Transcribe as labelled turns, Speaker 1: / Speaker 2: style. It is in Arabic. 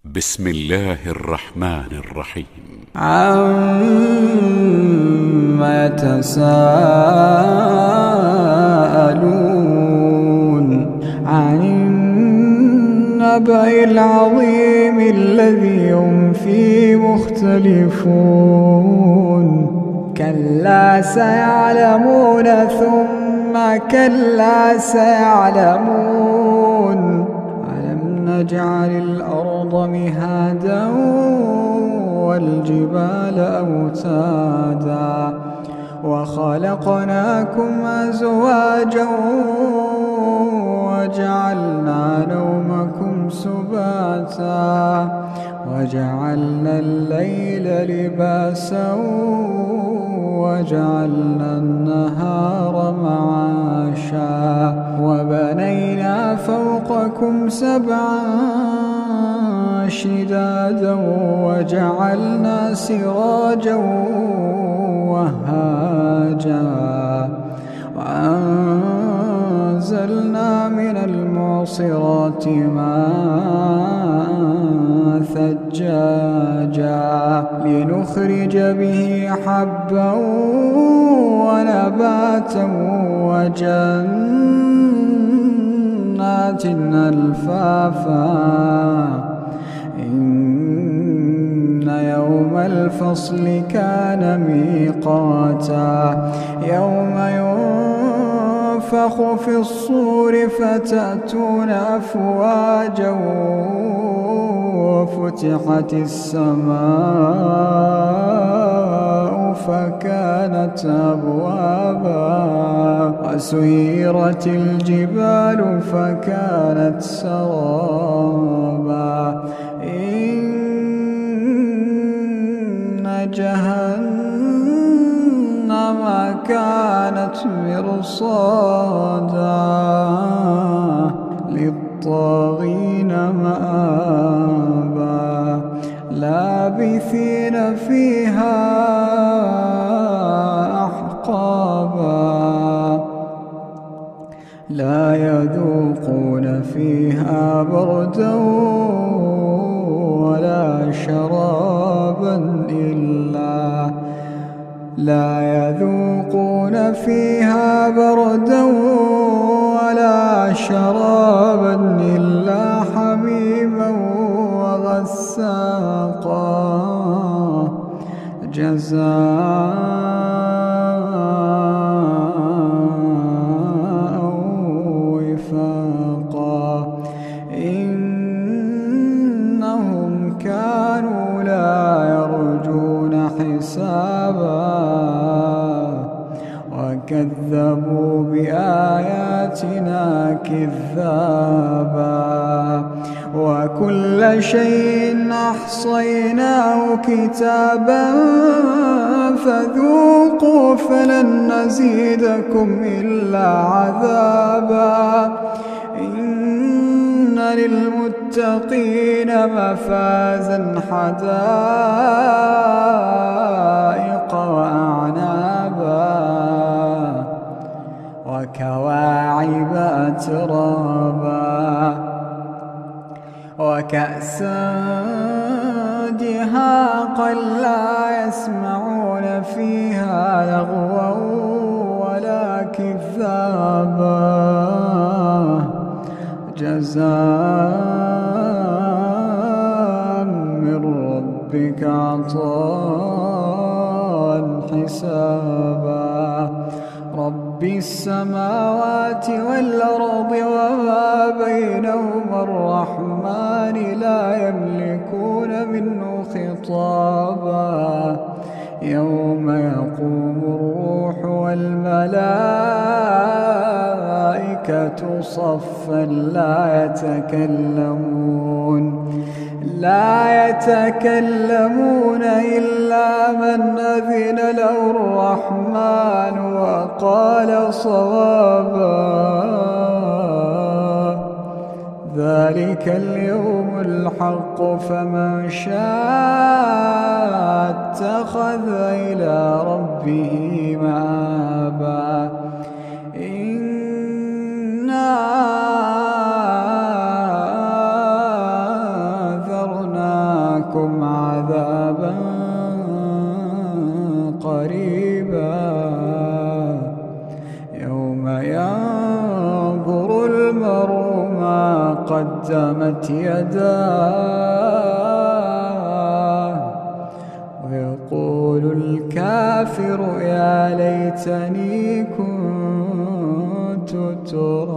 Speaker 1: بسم الله الرحمن الرحيم.
Speaker 2: عَمَّ يتساءلون عن النبأ العظيم الذي هم فيه مختلفون كلا سيعلمون ثم كلا سيعلمون ألم نجعل الأرض مهادا والجبال أوتادا وخلقناكم أزواجا وجعلنا نومكم سباتا وجعلنا الليل لباسا وجعلنا النهار معاشا وبنينا فوقكم سبعا شدادا وجعلنا سراجا وهاجا وأنزلنا من المعصرات ماء ثجاجا لنخرج به حبا ونباتا وجنات ألفافا إن يوم الفصل كان ميقاتا يوم ينفخ في الصور فتأتون أفواجا وفتحت السماء فكانت أبوابا وسيرت الجبال فكانت سرابا إن جهنم كانت مرصادا للطاغين مآبا لابثين فيها أحقابا لا يذوقون فيها بردا ولا شرابا إلا حميما وغساقا جزاء وفاقا إنهم كانوا لا يرجون حسابا وكذبوا بآياتنا كذابا وكل شيء أحصيناه كتابا فذوقوا فلن نزيدكم إلا عذابا إن للمتقين مفازا حدائق وأعنابا وكواعب أترابا وكأسا دهاقا لا يسمعون فيها لغوا ولا كذابا جزاء من ربك عطاء حسابا رب السماوات والأرض وما بينهما الرحمن لا يملكون منه خطابا يوم يقوم الروح والملائكة صفا لا يتكلمون إلا من أذن له الرحمن وقال صوابا ذلك اليوم الحق فمن شاء اتخذ إلى ربه مآبا إنا قدمت يداه ويقول الكافر يا ليتني كنت ترابا.